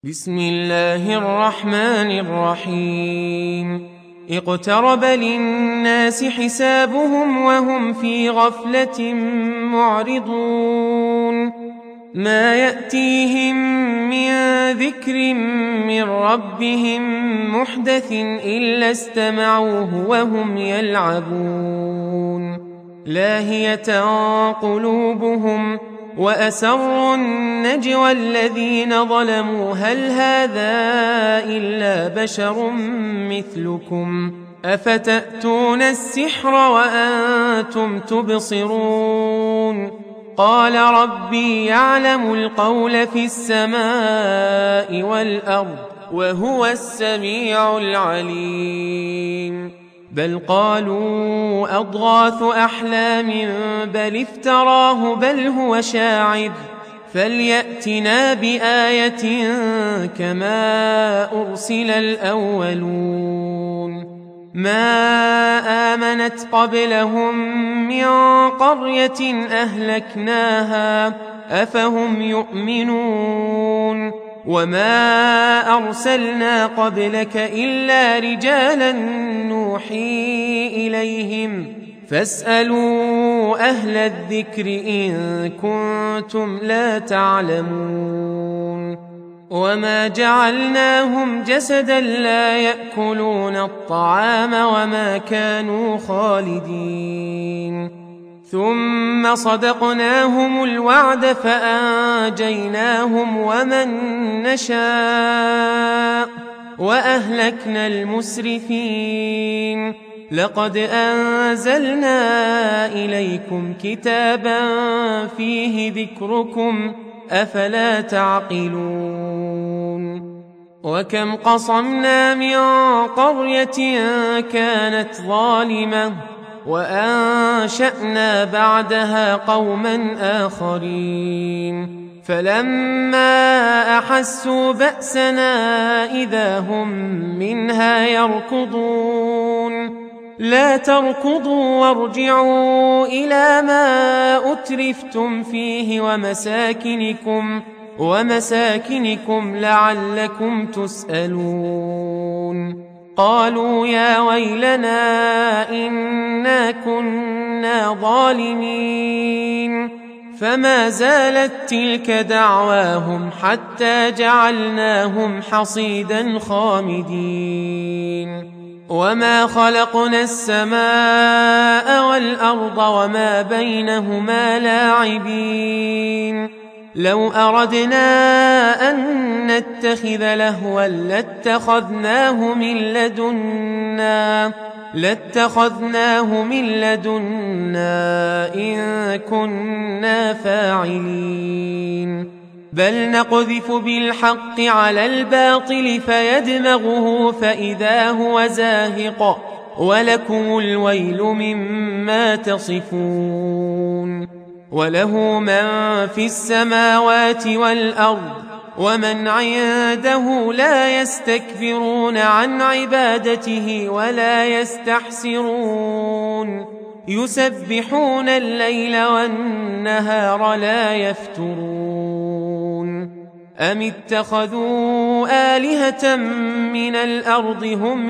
بسم الله الرحمن الرحيم اقترب للناس حسابهم وهم في غفلة معرضون ما يأتيهم من ذكر من ربهم محدث إلا استمعوه وهم يلعبون لاهية قلوبهم وأسروا النجوى الذين ظلموا هل هذا إلا بشر مثلكم أفتأتون السحر وأنتم تبصرون قال ربي يعلم القول في السماء والأرض وهو السميع العليم بل قالوا أضغاث أحلام بل افتراه بل هو شاعر فليأتنا بآية كما أرسل الأولون ما آمنت قبلهم من قرية أهلكناها أفهم يؤمنون وما أرسلنا قبلك إلا رجالا نوحي إليهم فاسألوا أهل الذكر إن كنتم لا تعلمون وما جعلناهم جسدا لا يأكلون الطعام وما كانوا خالدين ثم صدقناهم الوعد فأنجيناهم ومن نشاء وأهلكنا المسرفين لقد أنزلنا إليكم كتابا فيه ذكركم أفلا تعقلون وكم قصمنا من قرية كانت ظالمة وأنشأنا بعدها قوما آخرين فلما أحسوا بأسنا إذا هم منها يركضون لا تركضوا وارجعوا إلى ما أترفتم فيه ومساكنكم لعلكم تسألون قالوا يا ويلنا إنا كنا ظالمين فما زالت تلك دعواهم حتى جعلناهم حصيدا خامدين وما خلقنا السماء والأرض وما بينهما لاعبين لو أردنا أن نتخذ لهوا لاتخذناه من لدنا إن كنا فاعلين بل نقذف بالحق على الباطل فيدمغه فإذا هو زاهق ولكم الويل مما تصفون وله من في السماوات والأرض ومن عنده لا يستكبرون عن عبادته ولا يستحسرون يسبحون الليل والنهار لا يفترون أم اتخذوا آلهة من الأرض هم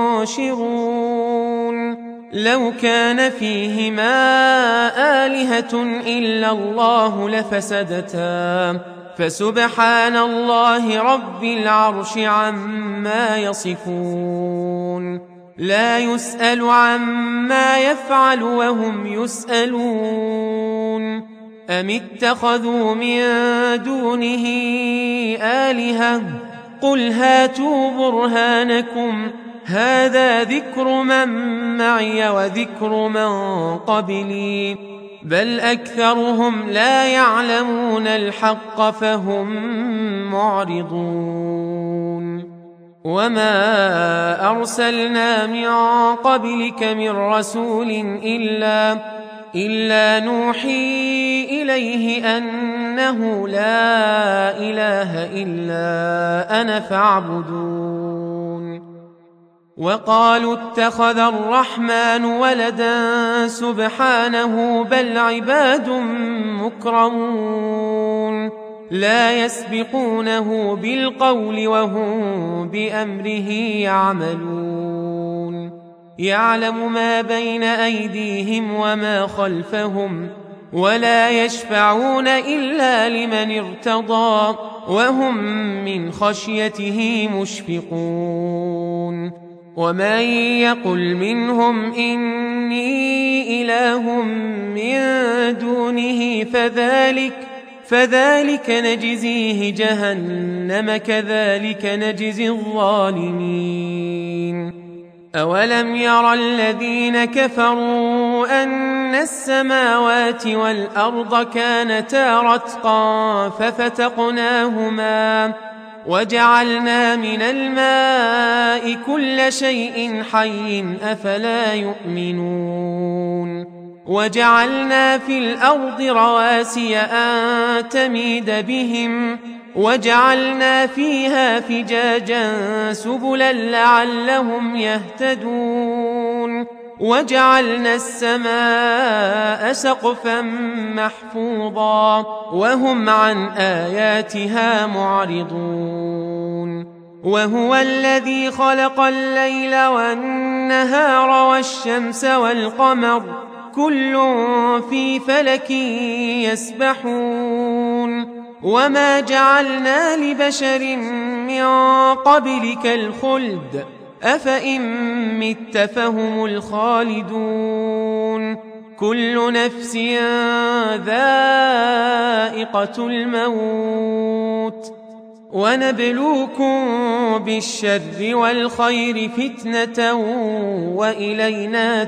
ينشرون لو كان فيهما آلهة إلا الله لفسدتا فسبحان الله رب العرش عما يصفون لا يسأل عما يفعل وهم يسألون أم اتخذوا من دونه آلهة قل هاتوا برهانكم هذا ذكر من معي وذكر من قبلي بل أكثرهم لا يعلمون الحق فهم معرضون وما أرسلنا من قبلك من رسول إلا نوحي إليه أنه لا إله إلا أنا فاعبدون وقالوا اتخذ الرحمن ولدا سبحانه بل عباد مكرمون لا يسبقونه بالقول وهم بأمره يعملون يعلم ما بين أيديهم وما خلفهم ولا يشفعون إلا لمن ارتضى وهم من خشيته مشفقون ومن يقل منهم إني إله من دونه فذلك نجزيه جهنم كذلك نجزي الظالمين أولم ير الذين كفروا أن السماوات والأرض كانتا رتقا ففتقناهما وجعلنا من الماء كل شيء حي أفلا يؤمنون وجعلنا في الأرض رواسي أن تميد بهم وجعلنا فيها فجاجا سبلا لعلهم يهتدون وجعلنا السماء سقفا محفوظا وهم عن آياتها معرضون وهو الذي خلق الليل والنهار والشمس والقمر كل في فلك يسبحون وما جعلنا لبشر من قبلك الخلد أفإن مت فهم الخالدون كل نفس ذائقة الموت ونبلوكم بالشر والخير فتنة وإلينا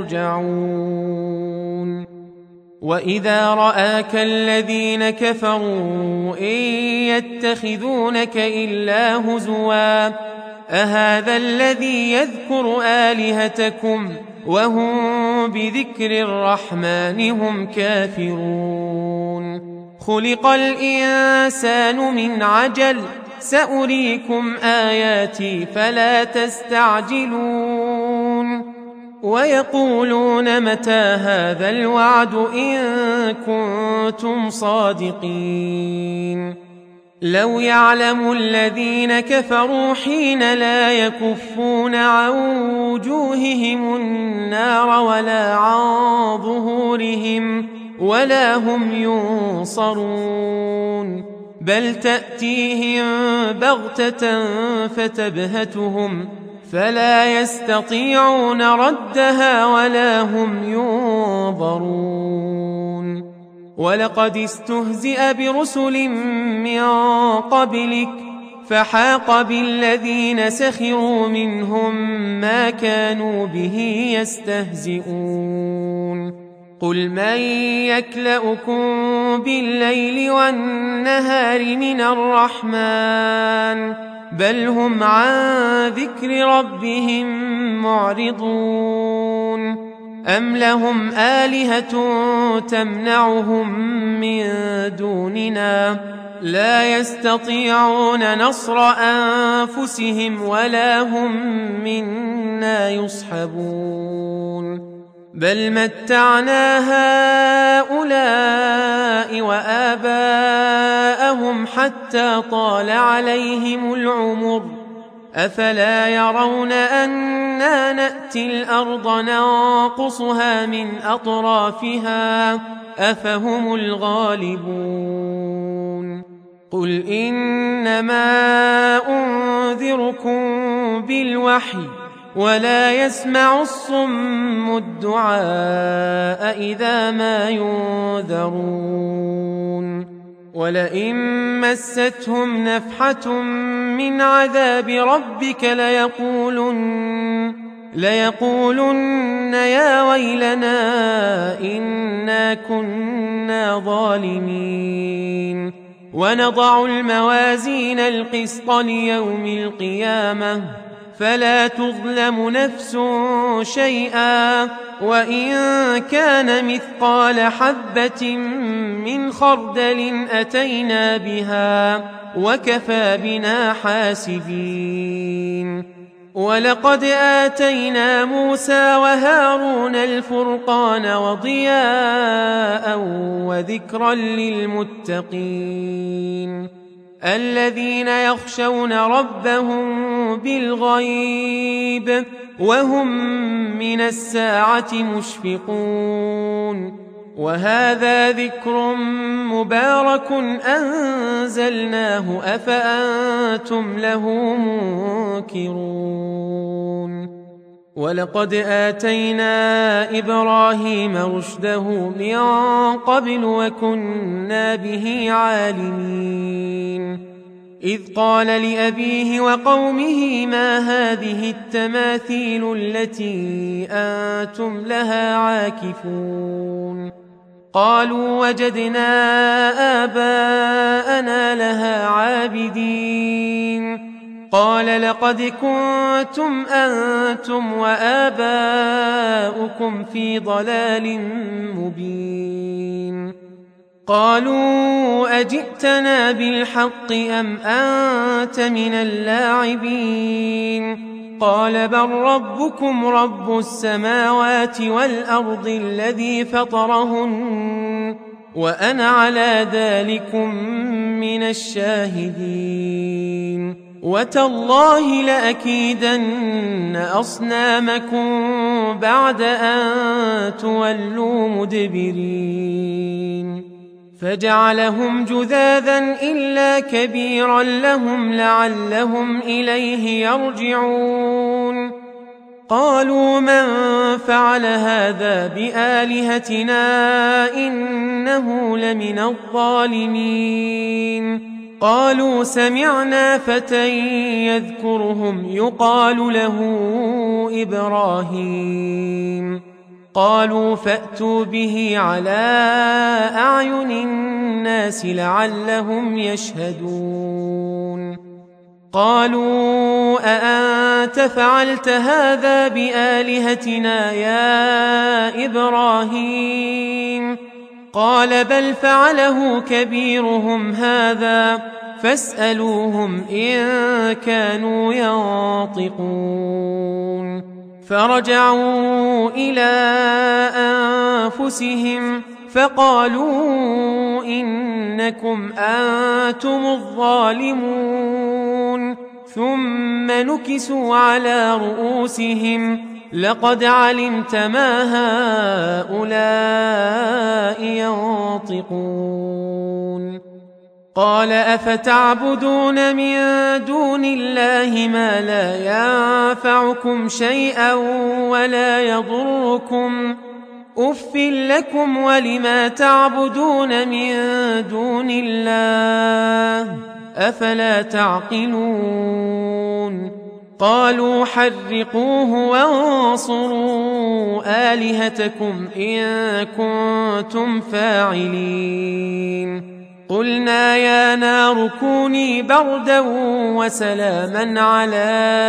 ترجعون وإذا رآك الذين كفروا إن يتخذونك إلا هزوا أهذا الذي يذكر آلهتكم وهم بذكر الرحمن هم كافرون خلق الإنسان من عجل سأريكم آياتي فلا تستعجلون ويقولون متى هذا الوعد إن كنتم صادقين لو يعلم الذين كفروا حين لا يكفون عن وجوههم النار ولا عن ظهورهم ولا هم ينصرون بل تأتيهم بغتة فتبهتهم فلا يستطيعون ردها ولا هم ينظرون ولقد استهزئ برسل من قبلك فحاق بالذين سخروا منهم ما كانوا به يستهزئون قل من يكلؤكم بالليل والنهار من الرحمن بل هم عن ذكر ربهم معرضون أم لهم آلهة تمنعهم من دوننا لا يستطيعون نصر أنفسهم ولا هم منا يصحبون بل متعنا هؤلاء وآباءهم حتى طال عليهم العمر أفلا يرون أنا نأتي الأرض ننقصها من أطرافها أفهم الغالبون قل إنما أنذركم بالوحي ولا يسمع الصم الدعاء إذا ما ينذرون ولئن مستهم نفحة من عذاب ربك ليقولن يا ويلنا إنا كنا ظالمين ونضع الموازين القسط ليوم القيامة فلا تظلم نفس شيئا وإن كان مثقال حبة من خردل أتينا بها وكفى بنا حاسبين ولقد آتينا موسى وهارون الفرقان وضياء وذكرا للمتقين الذين يخشون ربهم بالغيب وهم من الساعة مشفقون وهذا ذكر مبارك أنزلناه أفأنتم له منكرون ولقد آتينا إبراهيم رشده من قبل وكنا به عالمين إذ قال لأبيه وقومه ما هذه التماثيل التي أنتم لها عاكفون قالوا وجدنا آباءنا لها عابدين قال لقد كنتم أنتم وآباؤكم في ضلال مبين قالوا أجئتنا بالحق أم أنت من اللاعبين قال بل ربكم رب السماوات والأرض الذي فطرهن وأنا على ذلكم من الشاهدين وتالله لأكيدن أصنامكم بعد أن تولوا مدبرين فجعلهم جذاذا إلا كبيرا لهم لعلهم إليه يرجعون قالوا من فعل هذا بآلهتنا إنه لمن الظالمين قالوا سمعنا فتى يذكرهم يقال له إبراهيم قالوا فأتوا به على أعين الناس لعلهم يشهدون قالوا أأنت فعلت هذا بآلهتنا يا إبراهيم قال بل فعله كبيرهم هذا فاسألوهم إن كانوا ينطقون فرجعوا إلى أنفسهم فقالوا إنكم أنتم الظالمون ثم نكسوا على رؤوسهم لقد علمت ما هؤلاء ينطقون قال أفتعبدون من دون الله ما لا ينفعكم شيئا ولا يضركم أف لكم ولما تعبدون من دون الله أفلا تعقلون قالوا حرقوه وانصروا آلهتكم إن كنتم فاعلين قلنا يا نار كوني بردا وسلاما على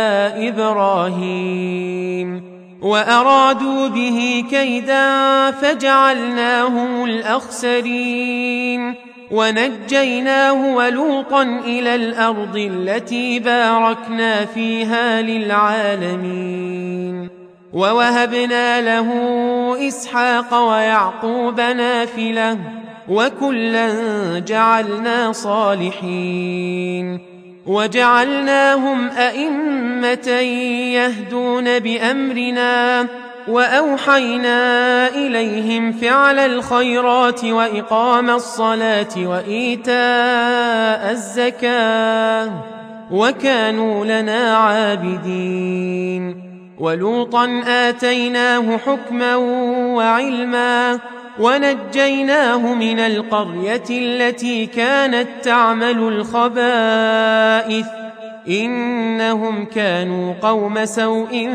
إبراهيم وأرادوا به كيدا فجعلناهم الأخسرين ونجيناه ولوطا إلى الأرض التي باركنا فيها للعالمين ووهبنا له إسحاق ويعقوب نافلة وكلا جعلنا صالحين وجعلناهم أئمة يهدون بأمرنا وأوحينا إليهم فعل الخيرات وإقام الصلاة وإيتاء الزكاة وكانوا لنا عابدين ولوطا آتيناه حكما وعلما ونجيناه من القرية التي كانت تعمل الخبائث إنهم كانوا قوم سوء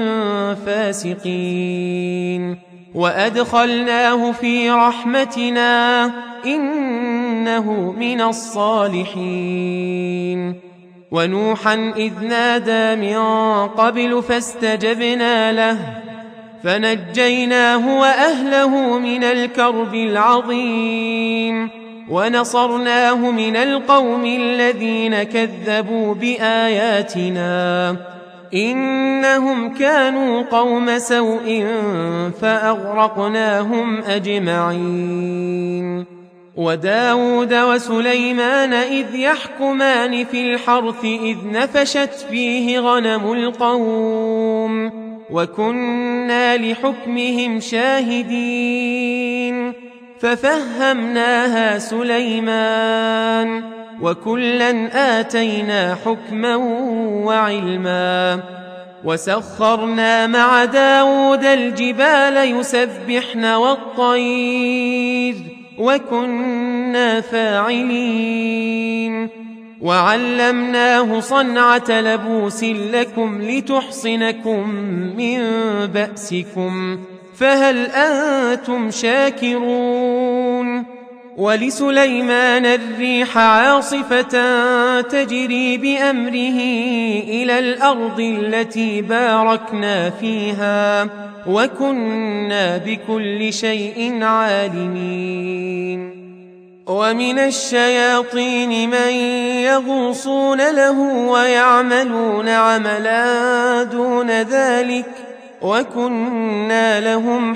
فاسقين وأدخلناه في رحمتنا إنه من الصالحين ونوحا إذ نادى من قبل فاستجبنا له فنجيناه وأهله من الكرب العظيم ونصرناه من القوم الذين كذبوا بآياتنا إنهم كانوا قوم سوء فأغرقناهم أجمعين وداود وسليمان إذ يحكمان في الحرث إذ نفشت فيه غنم القوم وكنا لحكمهم شاهدين ففهمناها سليمان وكلا آتينا حكما وعلما وسخرنا مع داود الجبال يسبحن والطير وكنا فاعلين وعلمناه صنعة لبوس لكم لتحصنكم من بأسكم فهل أنتم شاكرون ولسليمان الريح عاصفة تجري بأمره إلى الأرض التي باركنا فيها وكنا بكل شيء عالمين ومن الشياطين من يغوصون له ويعملون عملا دون ذلك وكنا لهم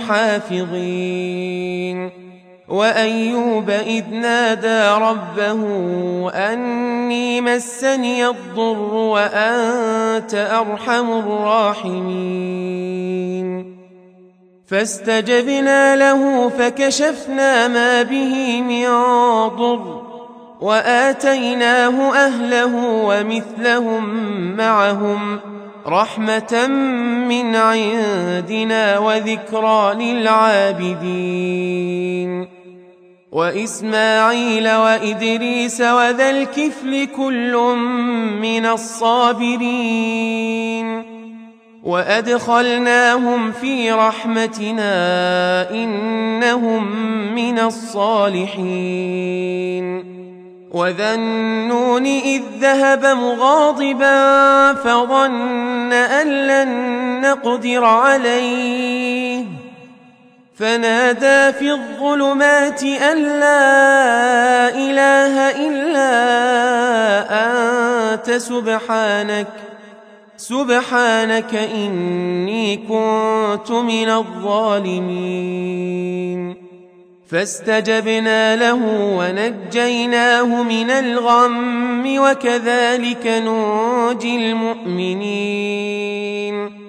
حافظين وأيوب إذ نادى ربه أني مسني الضر وأنت أرحم الراحمين فاستجبنا له فكشفنا ما به من ضر وآتيناه أهله ومثلهم معهم رحمة من عندنا وذكرى للعابدين وإسماعيل وإدريس وذا الكفل كل من الصابرين وأدخلناهم في رحمتنا إنهم من الصالحين وذا النون إذ ذهب مغاضبا فظن أن لن نقدر عليه فنادى في الظلمات أن لا إله إلا أنت سبحانك إني كنت من الظالمين فاستجبنا له ونجيناه من الغم وكذلك ننجي المؤمنين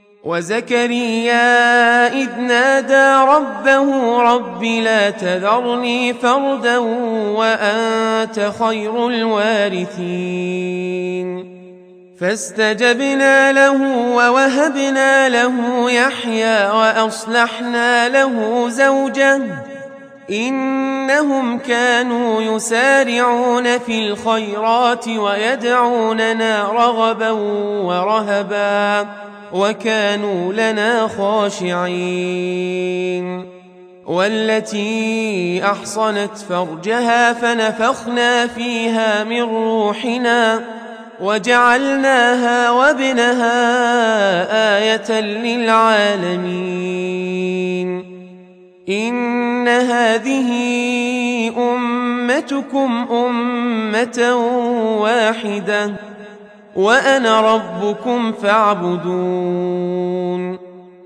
وزكريا إذ نادى ربه رب لا تذرني فردا وأنت خير الوارثين فاستجبنا له ووهبنا له يحيى وأصلحنا له زوجه إنهم كانوا يسارعون في الخيرات ويدعوننا رغبا ورهبا وكانوا لنا خاشعين والتي أحصنت فرجها فنفخنا فيها من روحنا وجعلناها وابنها آية للعالمين إن هذه أمتكم أمة واحدة وأنا ربكم فاعبدون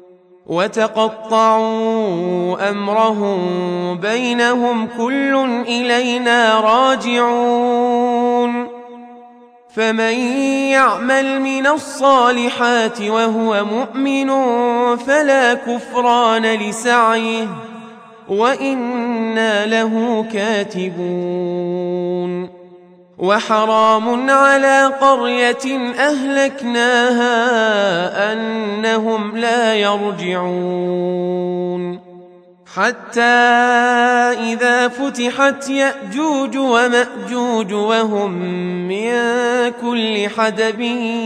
وتقطعوا أمرهم بينهم كل إلينا راجعون فمن يعمل من الصالحات وهو مؤمن فلا كفران لسعيه وإنا له كاتبون وحرام على قرية أهلكناها أنهم لا يرجعون حتى إذا فتحت يأجوج ومأجوج وهم من كل حدب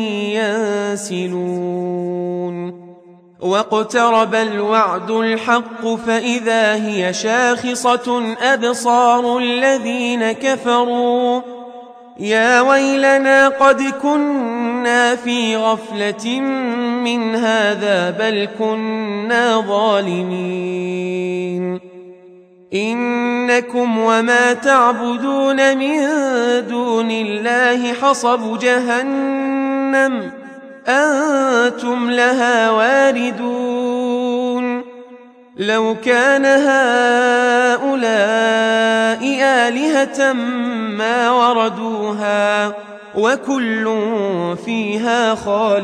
ينسلون واقترب الوعد الحق فإذا هي شاخصة أبصار الذين كفروا يا ويلنا قد كنا في غفلة من هذا بل كنا ظالمين إنكم وما تعبدون من دون الله حصب جهنم أنتم لها واردون لو كان هؤلاء آلهة ما وردوها وكل فيها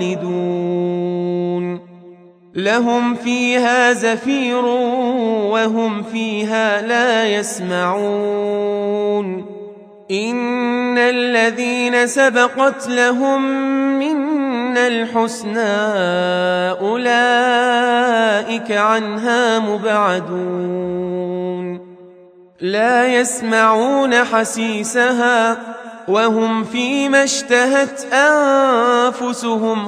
خالدون لهم فيها زفير وهم فيها لا يسمعون إن الذين سبقت لهم منا الحسنى أولئك عنها مبعدون لا يسمعون حسيسها وهم فيما اشتهت أنفسهم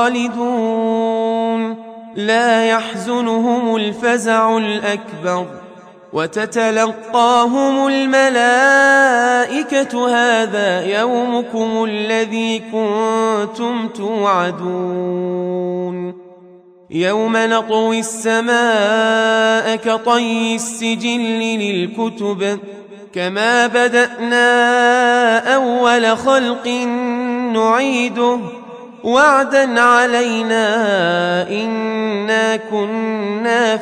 خالدون لا يحزنهم الفزع الأكبر وتتلقاهم الملائكة هذا يومكم الذي كنتم توعدون يوم نطوي السماء كطي السجل للكتب كما بدأنا أول خلق نعيده وعدا علينا إنا كنا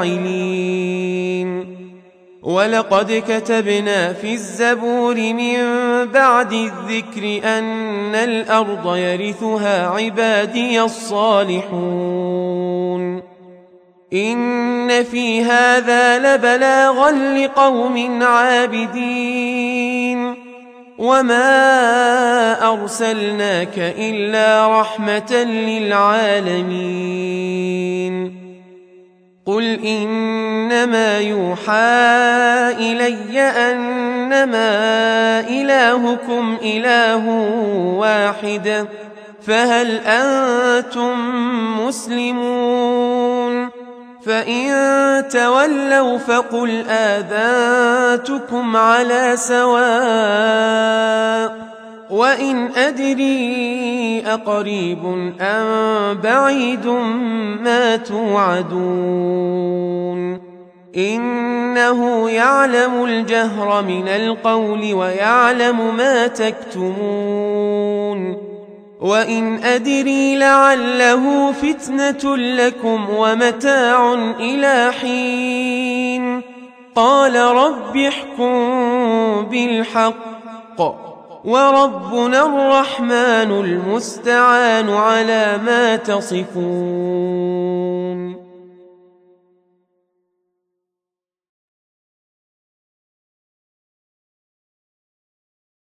فاعلين ولقد كتبنا في الزبور من بعد الذكر أن الأرض يرثها عبادي الصالحون إن في هذا لبلاغا لقوم عابدين وما أرسلناك إلا رحمة للعالمين قل إنما يوحى إلي أنما إلهكم إله واحد فهل أنتم مسلمون فإن تولوا فقل آذنتكم على سواء وإن أدري أقريب أم بعيد ما توعدون إنه يعلم الجهر من القول ويعلم ما تكتمون وإن أدري لعله فتنة لكم ومتاع إلى حين قال رب احكم بالحق وربنا الرحمن المستعان على ما تصفون